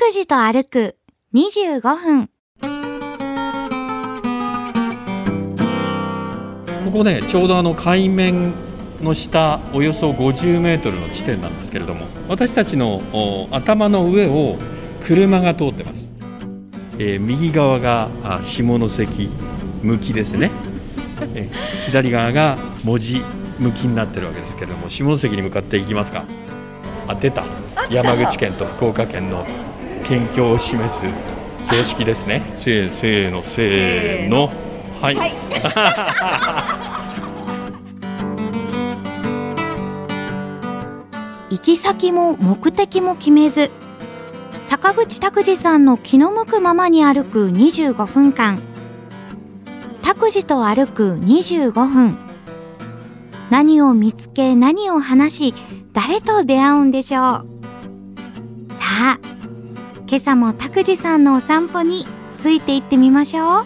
拓司と歩く25分。 ここね、ちょうど海面の下およそ50メートルの地点なんですけれども、私たちの頭の上を車が通ってます。右側が下関向きですね。左側が門司向きになってるわけですけれども、下関に向かっていきますか。出た。山口県と福岡県の県境を示す標識ですね。せーの、はい、はい行き先も目的も決めず、坂口拓司さんの気の向くままに歩く25分間。拓司と歩く25分。何を見つけ、何を話し、誰と出会うんでしょう。さあ、今朝も拓司さんのお散歩について行ってみましょう。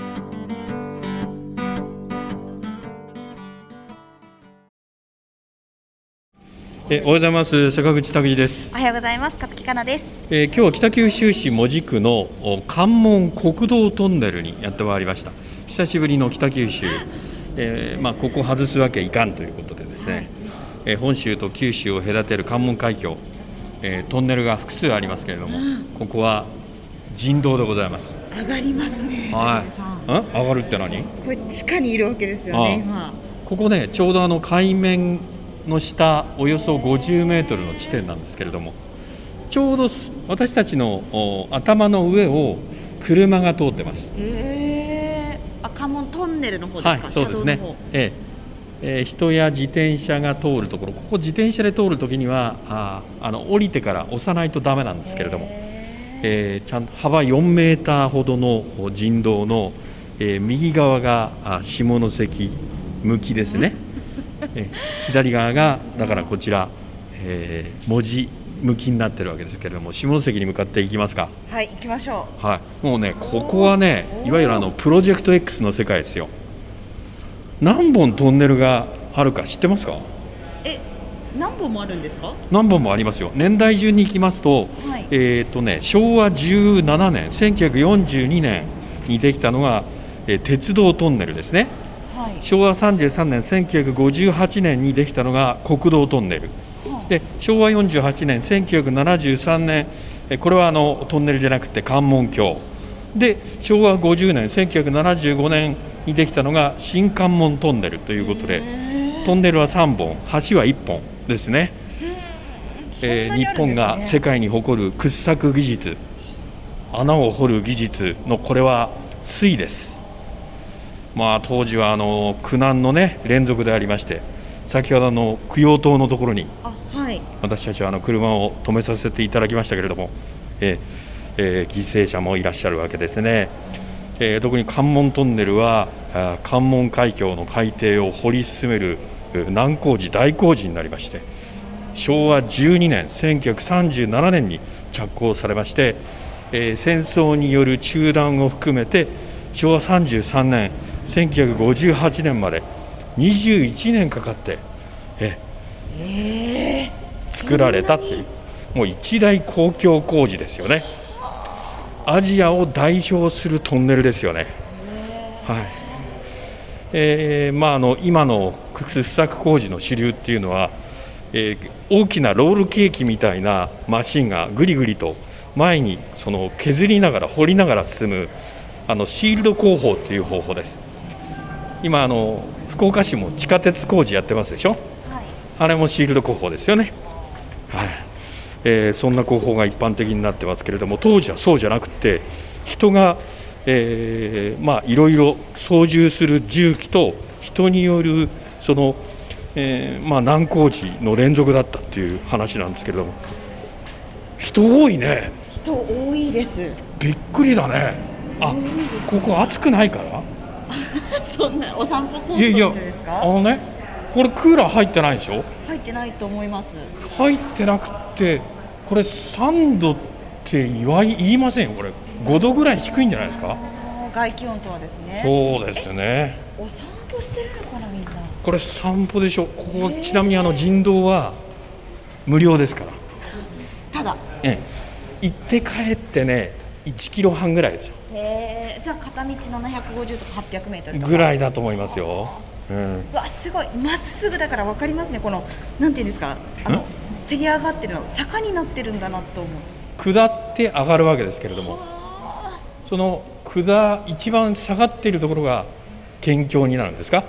おはようございます。坂口拓司です。 おはようございます。勝木かなです。 今日は北九州市門司区の関門国道トンネルにやってまいりました。久しぶりの北九州、ここ外すわけいかんということでですね、本州と九州を隔てる関門海峡、トンネルが複数ありますけれども、ここは人道でございます。 上がりますね。 はい。上がるって何？ これ地下にいるわけですよね。今ここね、ちょうど海面の下およそ50メートルの地点なんですけれども、ちょうど私たちの頭の上を車が通ってます。 関門トンネルの方ですか？ はい、そうですね。人や自転車が通るところ、ここ自転車で通るときには降りてから押さないとダメなんですけれども、ちゃんと幅4メーターほどの人道の、右側が下関向きですね。左側がだからこちら、門司向きになってるわけですけれども、下関に向かっていきますか。 はい、行きましょう。 はい、もうね、ここはね、いわゆるプロジェクト X の世界ですよ。何本トンネルがあるか知ってますか？ 何本もあるんですか？ 何本もありますよ。年代順に行きますと、 はい、 昭和17年1942年にできたのが、鉄道トンネルですね。はい、昭和33年1958年にできたのが国道トンネル、で昭和48年1973年、これはトンネルじゃなくて関門橋で、昭和50年1975年にできたのが新関門トンネルということで、トンネルは3本、橋は1本ですね。日本が世界に誇る掘削技術、穴を掘る技術のこれは粋です。当時は苦難の、連続でありまして、先ほどの供養塔のところに、私たちは車を止めさせていただきましたけれども、犠牲者もいらっしゃるわけですね。特に関門トンネルは関門海峡の海底を掘り進める難工事、大工事になりまして、昭和12年1937年に着工されまして、戦争による中断を含めて昭和33年1958年まで21年かかって作られたっていう、もう一大公共工事ですよね。アジアを代表するトンネルですよね。はい。今の掘削工事の主流っていうのは、大きなロールケーキみたいなマシンがぐりぐりと前に削りながら掘りながら進むシールド工法っていう方法です。今福岡市も地下鉄工事やってますでしょ。はい、あれもシールド工法ですよね。はい。そんな工法が一般的になってますけれども、当時はそうじゃなくて、人が、いろいろ操縦する重機と人による難工事の連続だったっていう話なんですけれども、人多いね。 人多いです。 びっくりだね。ここ暑くないからそんなお散歩コースとしてですか？ これクーラー入ってないでしょ？ 入ってないと思います。 入ってなくて、これ3度って言いませんよ。これ5度ぐらい低いんじゃないですか？ 外気温とはですね。 そうですね。 お散歩してるのかな、みんな。 これ散歩でしょ。ここちなみに人道は無料ですから。 ただ行って帰ってね1キロ半ぐらいですよ。 じゃあ片道750とか800メートルとかぐらいだと思いますよ。 わ、すごい、まっすぐだから分かりますね。このなんていうんですか、せり上がってるの坂になってるんだなと思う。 下って上がるわけですけれども、その一番下がっているところが県境になるんですか。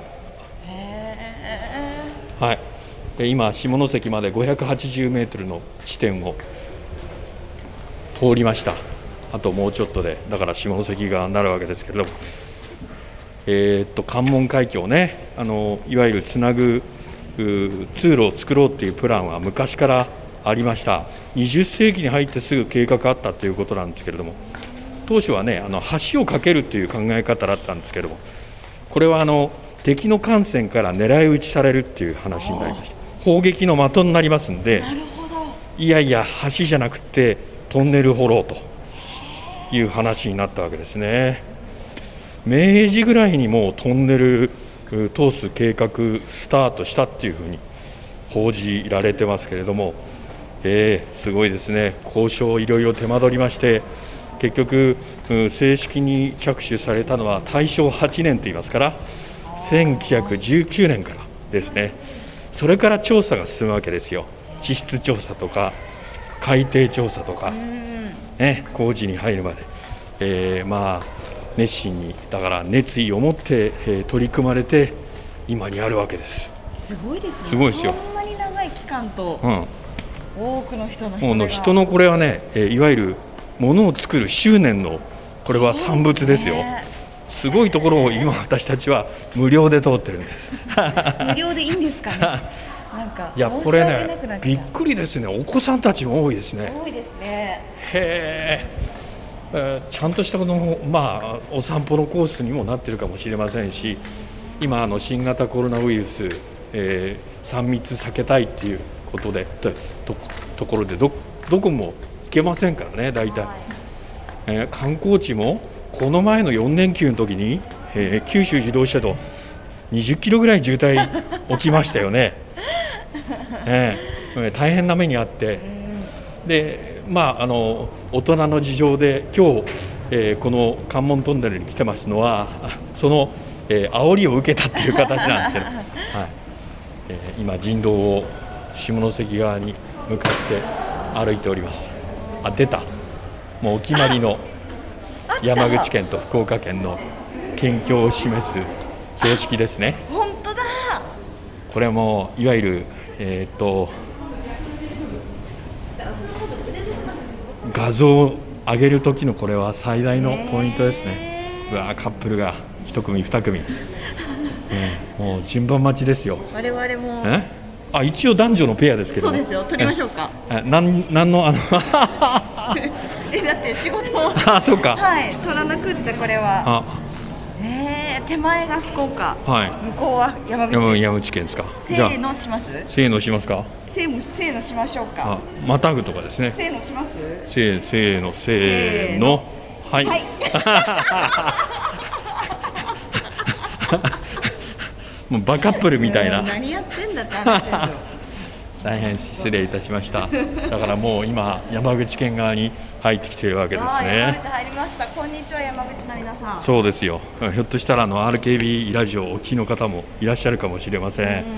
はい。今下関まで580メートルの地点を通りました。あともうちょっとで、だから下関側になるわけですけれども、関門海峡ね、いわゆるつなぐ通路を作ろうっていうプランは昔からありました。20世紀に入ってすぐ計画あったということなんですけれども、当初はね橋を架けるという考え方だったんですけれども、これは敵の艦船から狙い撃ちされるっていう話になりました。砲撃の的になりますんで、いやいや橋じゃなくてトンネル掘ろうという話になったわけですね。明治ぐらいにもうトンネル通す計画スタートしたっていうふうに報じられてますけれども、すごいですね。交渉いろいろ手間取りまして、結局正式に着手されたのは大正8年と言いますから1919年からですね。それから調査が進むわけですよ。地質調査とか海底調査とか、工事に入るまで、熱心にだから熱意を持って、取り組まれて今にあるわけです。 すごいですね。 すごいですよ。 そんなに長い期間と、多くの人の人のこれはね、いわゆるものを作る執念のこれは産物ですよ。すごいところを今私たちは無料で通ってるんです。 無料でいいんですかね。なんかいやこれねびっくりですね。お子さんたちも多いですね。 多いですね。 ちゃんとしたお散歩のコースにもなってるかもしれませんし、今新型コロナウイルス、3密避けたいっていうことでところで どこも行けませんからね。大体、観光地もこの前の4連休の時に、九州自動車道20キロぐらい渋滞起きましたよね。大変な目にあって、で大人の事情で今日、この関門トンネルに来てますのはその、煽りを受けたっていう形なんですけど、今人道を下関側に向かって歩いております。出た、もうお決まりの山口県と福岡県の県境を示す標識ですね。 本当だ。 これもいわゆる、画像を上げる時のこれは最大のポイントですね。うわカップルが1組2組、もう順番待ちですよ。 我々も一応男女のペアですけど、 そうですよ。撮りましょうか。 なんのだって仕事をそうか、 撮らなくっちゃこれは。手前が福岡、向こうは山口県ですか。 せーのします。 せーのしますか。 せーのしましょうか。 またぐとかですね。 せーのします。 せーのはい、もうバカップルみたいな。 何やってんだって話ですよ。 大変失礼いたしました。だからもう今山口県側に入ってきているわけですね。 山口入りました。こんにちは、山口の皆さん。 そうですよ。ひょっとしたらRKB ラジオをお聞きの方もいらっしゃるかもしれません。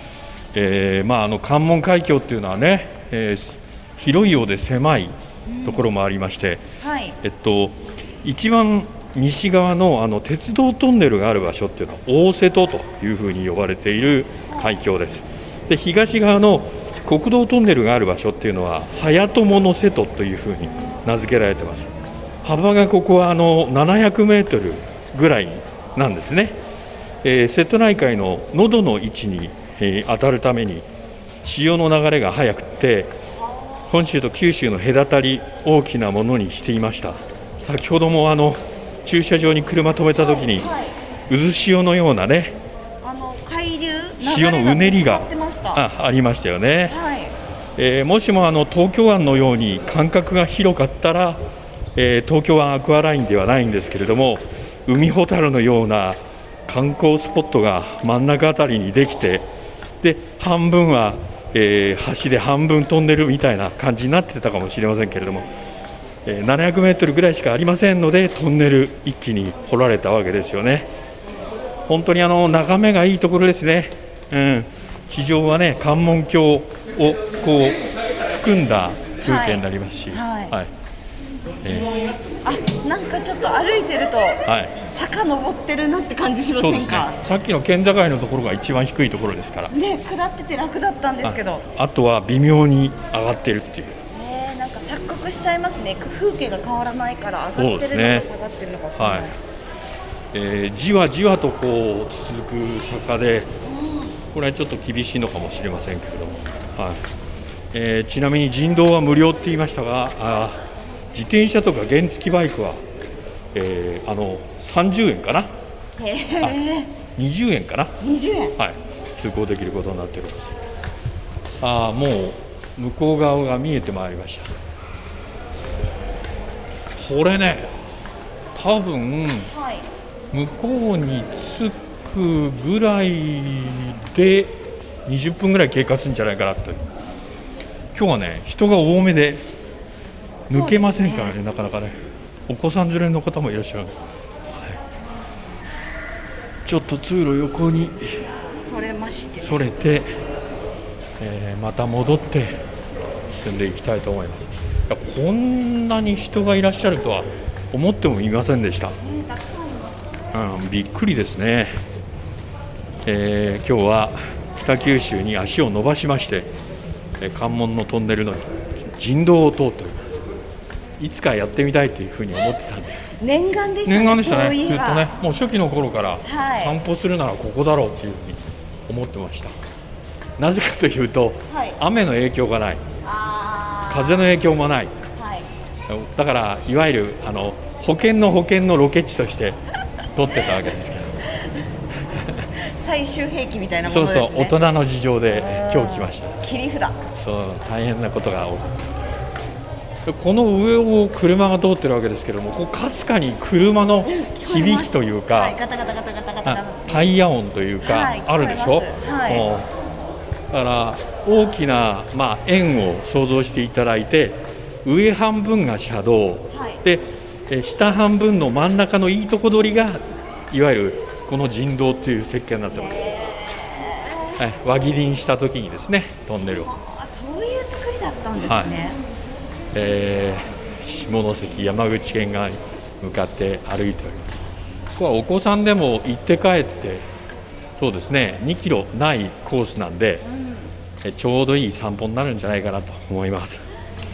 関門海峡っていうのはね、広いようで狭いところもありまして、一番西側の鉄道トンネルがある場所っていうのは大瀬戸というふうに呼ばれている海峡です。で東側の国道トンネルがある場所っていうのは早友の瀬戸というふうに名付けられています。幅がここは700メートルぐらいなんですね。瀬戸内海の喉の位置に、当たるために潮の流れが速くて本州と九州の隔たり大きなものにしていました。先ほども駐車場に車止めたときに、渦潮のようなね、 海流潮のうねりがありましたよね。もしも東京湾のように間隔が広かったら、東京湾アクアラインではないんですけれども、海ほたるのような観光スポットが真ん中あたりにできて、で半分は、橋で半分トンネルみたいな感じになってたかもしれませんけれども、 700メートルぐらいしかありませんので、トンネル一気に掘られたわけですよね。本当に眺めがいいところですね。地上はね、関門橋をこう含んだ風景になりますし、 なんかちょっと歩いてると、坂登ってるなって感じしませんか？ さっきの県境のところが一番低いところですからね、下ってて楽だったんですけど、 あとは微妙に上がってるっていう、 なんか錯覚しちゃいますね。風景が変わらないから上がってるのか下がってるのか分からない。 じわじわとこう続く坂で、これはちょっと厳しいのかもしれませんけれども、ちなみに人道は無料って言いましたが、自転車とか原付バイクは、30円かな、20円かな、 20円、 通行できることになっております。もう向こう側が見えてまいりました。これね、多分、向こうに着くぐらいで20分ぐらい経過するんじゃないかなと。今日はね、人が多めで抜けませんからね、なかなかね、お子さん連れの方もいらっしゃる、ちょっと通路横にそれて、また戻って進んでいきたいと思います。こんなに人がいらっしゃるとは思ってもいませんでした。びっくりですね。今日は北九州に足を伸ばしまして、関門のトンネルの人道を通っております。いつかやってみたいというふうに思ってたんです。 念願でしたね。 念願でしたね。ずっとね、もう初期の頃から散歩するならここだろうというふうに思ってました。なぜかというと、雨の影響がない、風の影響もない、だからいわゆる保険のロケ地として撮ってたわけですけど最終兵器みたいなものですね。 大人の事情で今日来ました。 切り札。 大変なことが起こった。この上を車が通ってるわけですけども、かすかに車の響きというか、タイヤ音というか、あるでしょ。だから大きな、円を想像していただいて、上半分が車道、で下半分の真ん中のいいとこ取りがいわゆるこの人道という設計になってます。輪切りにした時にですね、トンネルを。 そういう作りだったんですね。 下関山口県側に向かって歩いております。ここはお子さんでも行って帰って、そうですね、2キロないコースなんで、ちょうどいい散歩になるんじゃないかなと思います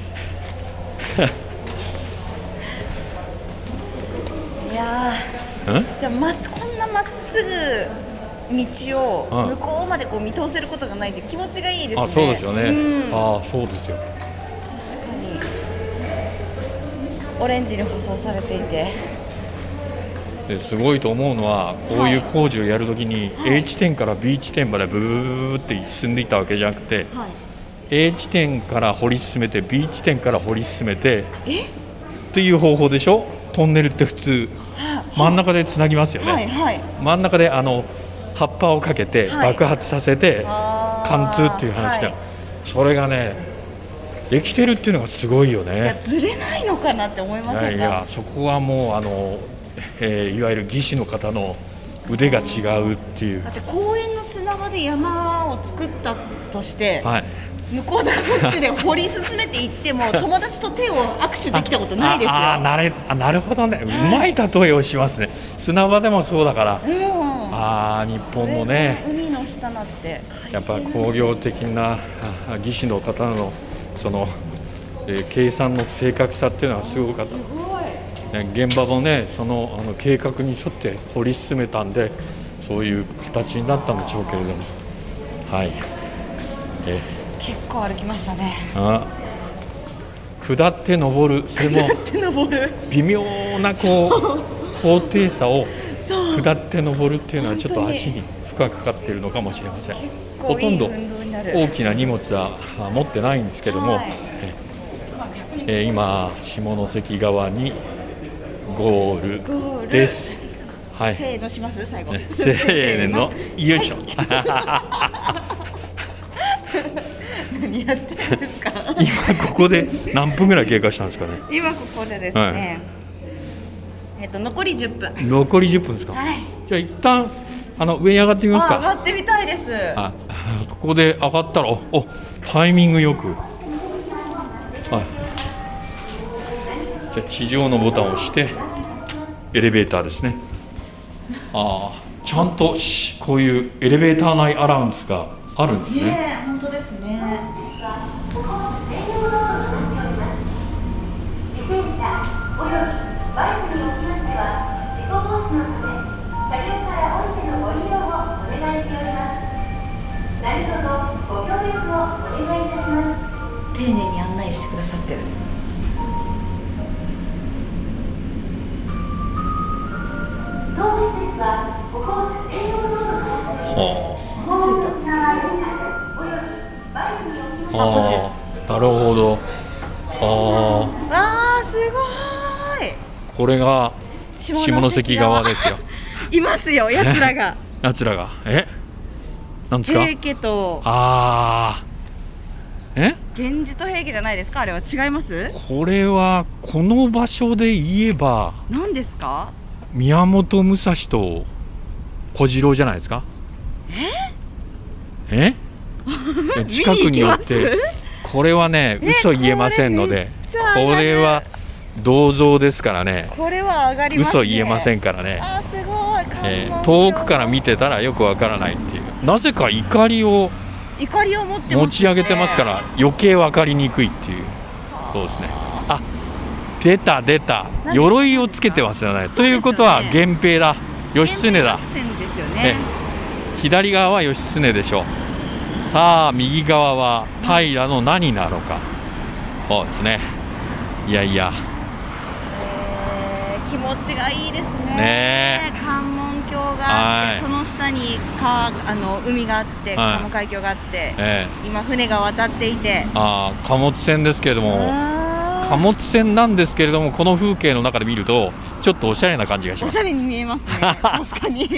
いやでもこんなまっすぐ道を向こうまでこう見通せることがないって気持ちがいいですね。 そうですよね。そうですよ。 確かにオレンジに舗装されていて、 すごいと思うのは、こういう工事をやるときに A 地点から B 地点までブーって進んでいったわけじゃなくて、A 地点から掘り進めて B 地点から掘り進めてっていう方法でしょ。トンネルって普通真ん中でつなぎますよね。真ん中で葉っぱをかけて爆発させて貫通っていう話だ。それがね、できてるっていうのがすごいよね。 ずれないのかなって思いませんか？ そこはもういわゆる技師の方の腕が違うっていう。 だって公園の砂場で山を作ったとして、向こうだこっちで掘り進めていっても友達と手を握手できたことないですよ。 なるほどね、うまい例えをしますね。砂場でもそうだから、日本のね、 海の下なんてやっぱ工業的な技師の方のその、計算の正確さっていうのはすごかった。現場もね、その計画に沿って掘り進めたんで、そういう形になったんでしょうけれども、 結構歩きましたね。 下って登る、それも微妙な高低差を下って登るっていうのはちょっと足に負荷かかっているのかもしれません。ほとんど大きな荷物は持ってないんですけども、今下関側にゴールです。 せーのします最後。 せーの、よいしょ。 何やってるんですか？ 今ここで何分ぐらい経過したんですかね。 今ここでですね、残り10分。 残り10分ですか。 はい。 じゃあ一旦上に上がってみますか。 上がってみたいです。 ここで上がったらタイミングよく、じゃあ地上のボタンを押してエレベーターですね。ちゃんとこういうエレベーター内アナウンスがあるんですね。 本当ですね。自転車およびバイクにおきましては事故防止のため車両から降りてのご利用をお願いしております。何卒ご協力をお願いいたします。丁寧に案内してくださってる。当施設は歩行者専用道路のなるほど。 すごい。 これが下関側ですよ。 いますよ、やつらが。 やつらがなんですか。 平家と源氏と平家じゃないですか。あれは違います。 これはこの場所で言えば何ですか。 宮本武蔵と小次郎じゃないですか。近くによってこれはね嘘言えませんので、これは銅像ですからね。 これは上がりますね。 嘘言えませんからね。 すごい。 遠くから見てたらよくわからないっていう。なぜか怒りを持ち上げてますから余計わかりにくいっていう。そうですね。出た鎧をつけてますよね。ということは源平だ、義経だ。左側は義経でしょう。さあ右側は平の何なのか。そうですね。いや気持ちがいいですね。関門橋があって、その下に海があって、鴨海峡があって、今船が渡っていて、 貨物船ですけれども、貨物船なんですけれども、この風景の中で見るとちょっとおしゃれな感じがします。 おしゃれに見えますね。確かに。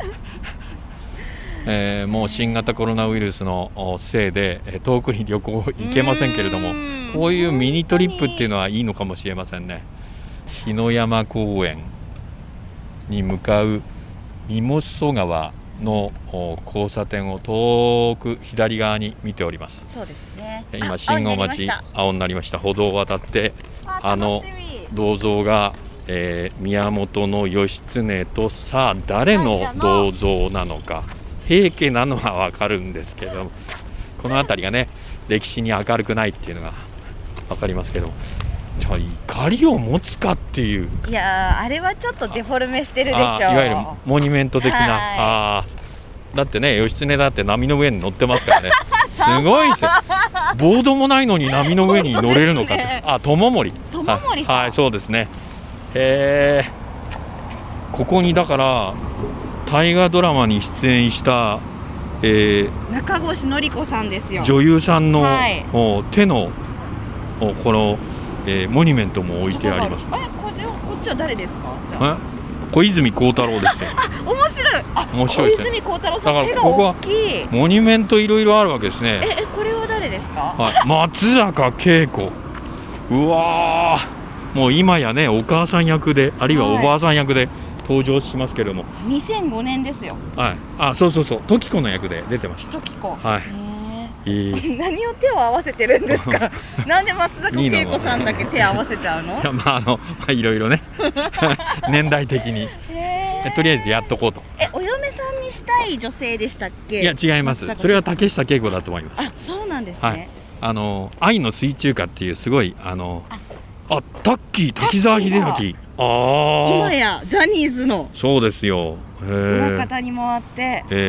もう新型コロナウイルスのせいで遠くに旅行行けませんけれども、こういうミニトリップっていうのはいいのかもしれませんね。日野山公園に向かう三茂川の交差点を遠く左側に見ております。 そうですね。 今信号待ち、青になりました。歩道を渡って銅像が、宮本の義経と、さあ誰の銅像なのか、平家なのは分かるんですけど、この辺りがね歴史に明るくないっていうのが分かりますけど、じゃあ怒りを持つかっていう。 いやあれはちょっとデフォルメしてるでしょう。 いわゆるモニュメント的な。だってね、義経だって波の上に乗ってますからね。すごいですよ。ボードもないのに波の上に乗れるのかって。友森さん。はい、そうですね。ここにだから大河ドラマに出演した、 中越典子さんですよ。 女優さんの、手のこの、モニュメントも置いてあります。 こっちは誰ですか。じゃあ小泉孝太郎ですよ。 面白い。 面白いですね。 小泉孝太郎さん、手が大きい。 モニュメントいろいろあるわけですね。 これは誰ですか。 松坂慶子。うわー、もう今やねお母さん役で、あるいはおばあさん役で登場しますけれども、 2005年ですよ。 そう時子の役で出てました。 時子。何を手を合わせてるんですか。なんで松坂慶子さんだけ手を合わせちゃうの。 いろいろね年代的にとりあえずやっとこうと。 お嫁さんにしたい女性でしたっけ。 いや違います。それは竹下景子だと思います。 そうなんですね。 愛の水中歌っていうすごいタッキー滝沢秀明。 今やジャニーズの。 そうですよ。 裏方に回って。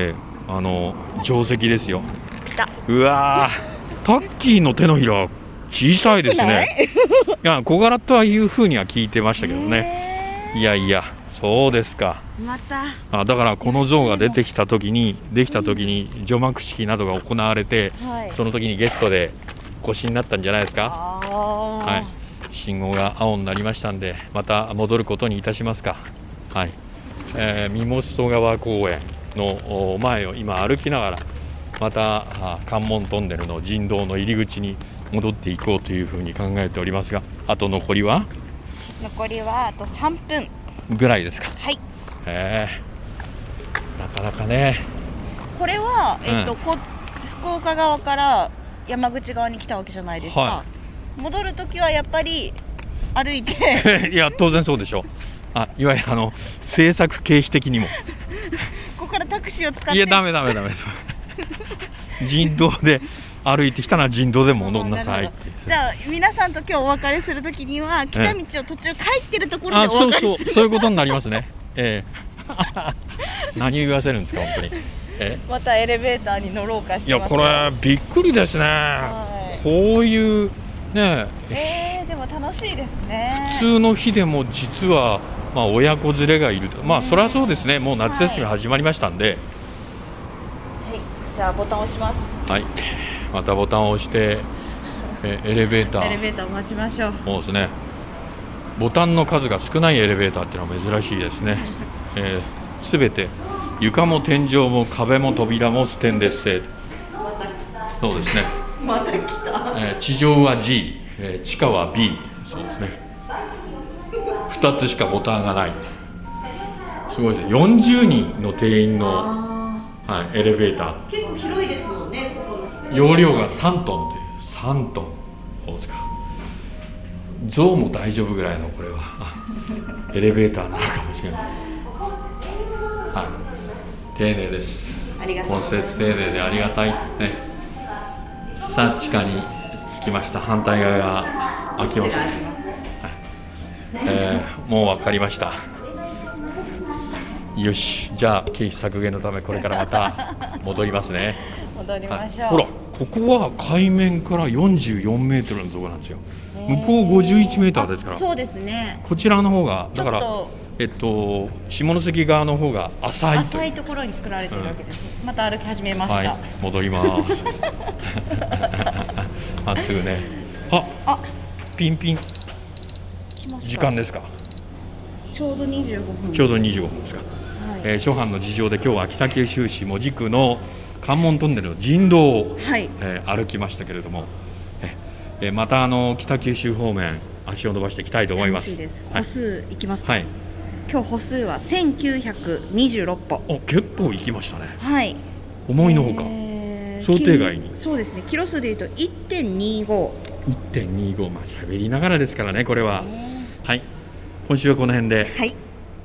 定石ですよ。うわー、タッキーの手のひら小さいですね。いや小柄とはいうふうには聞いてましたけどね。いやそうですか。だからこの像ができた時に除幕式などが行われて、その時にゲストでお越しになったんじゃないですか。信号が青になりましたんで、また戻ることにいたしますか。三茂川公園の前を今歩きながらまた関門トンネルの人道の入り口に戻っていこうというふうに考えておりますが、あと残りはあと3分ぐらいですか。 はい。 なかなかね。 これは、福岡側から山口側に来たわけじゃないですか、はい、戻るときはやっぱり歩いていや当然そうでしょう。いわゆる政策経費的にもここからタクシーを使って、 いやダメ人道で歩いてきたら人道で戻んなさいって。 じゃあ皆さんと今日お別れするときには来た道を途中帰ってるところでお別れする、 そういうことになりますね。何を言わせるんですか本当に。 またエレベーターに乗ろうかしてます。 いやこれびっくりですね、はい、こういうね、 でも楽しいですね。 普通の日でも実は、親子連れがいると、そりゃそうですね。もう夏休み始まりましたんで、 はい、じゃあボタンを押します。 はい、またボタンを押してエレベーターを待ちましょう。 そうですね。ボタンの数が少ないエレベーターっていうのは珍しいですね。すべて床も天井も壁も扉もステンレス製。そうですね。 また来た。 地上は G、地下は B。そうですね。2つしかボタンがない。すごいですね。40人の定員の、エレベーター。 結構広いですもんね。ここの容量が3トンという3トン。そうですか。象も大丈夫ぐらいのこれはエレベーターなのかもしれません。はい、丁寧です。今節丁寧でありがたいですね。さあ地下に着きました。反対側が開きますね。もう分かりました。よし、じゃあ経費削減のためこれからまた戻りますね。 戻りましょう。 ほらここは海面から44メートルのところなんですよ。向こう51メーターですから。 そうですね。 こちらの方がだから下関側の方が浅いところに作られているわけです、また歩き始めました。 はい、戻りますまっすぐね。ピン時間ですか。 ちょうど25分。 ちょうど25分ですか。諸般の事情で今日は北九州市門司区の関門トンネルの人道を、歩きましたけれども、また北九州方面足を伸ばしていきたいと思います。 楽しいです。歩数いきますか。今日歩数は1926歩。 結構行きましたね。 はい。 思いのほか、想定外に。 そうですね。キロ数でいうと 1.25。 喋りながらですからねこれは。はい。今週はこの辺で。 はい。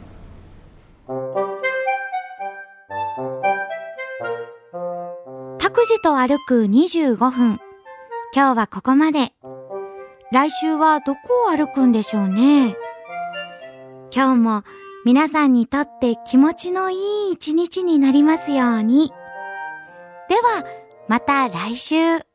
拓司と歩く25分。今日はここまで。来週はどこを歩くんでしょうね。今日も皆さんにとって気持ちのいい一日になりますように。では、また来週。